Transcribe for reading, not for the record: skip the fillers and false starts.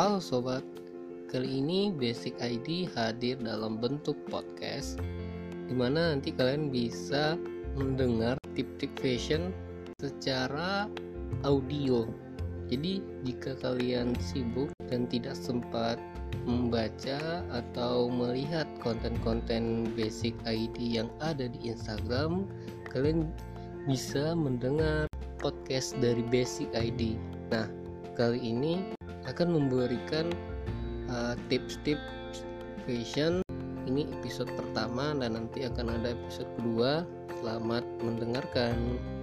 Halo sobat, kali ini Basic ID hadir dalam bentuk podcast, dimana nanti kalian bisa mendengar tip-tip fashion secara audio. Jadi jika kalian sibuk dan tidak sempat membaca atau melihat konten-konten Basic ID yang ada di Instagram, kalian bisa mendengar podcast dari Basic ID. Nah, kali ini akan memberikan tips-tips fashion. Ini episode pertama dan nanti akan ada episode kedua. Selamat mendengarkan.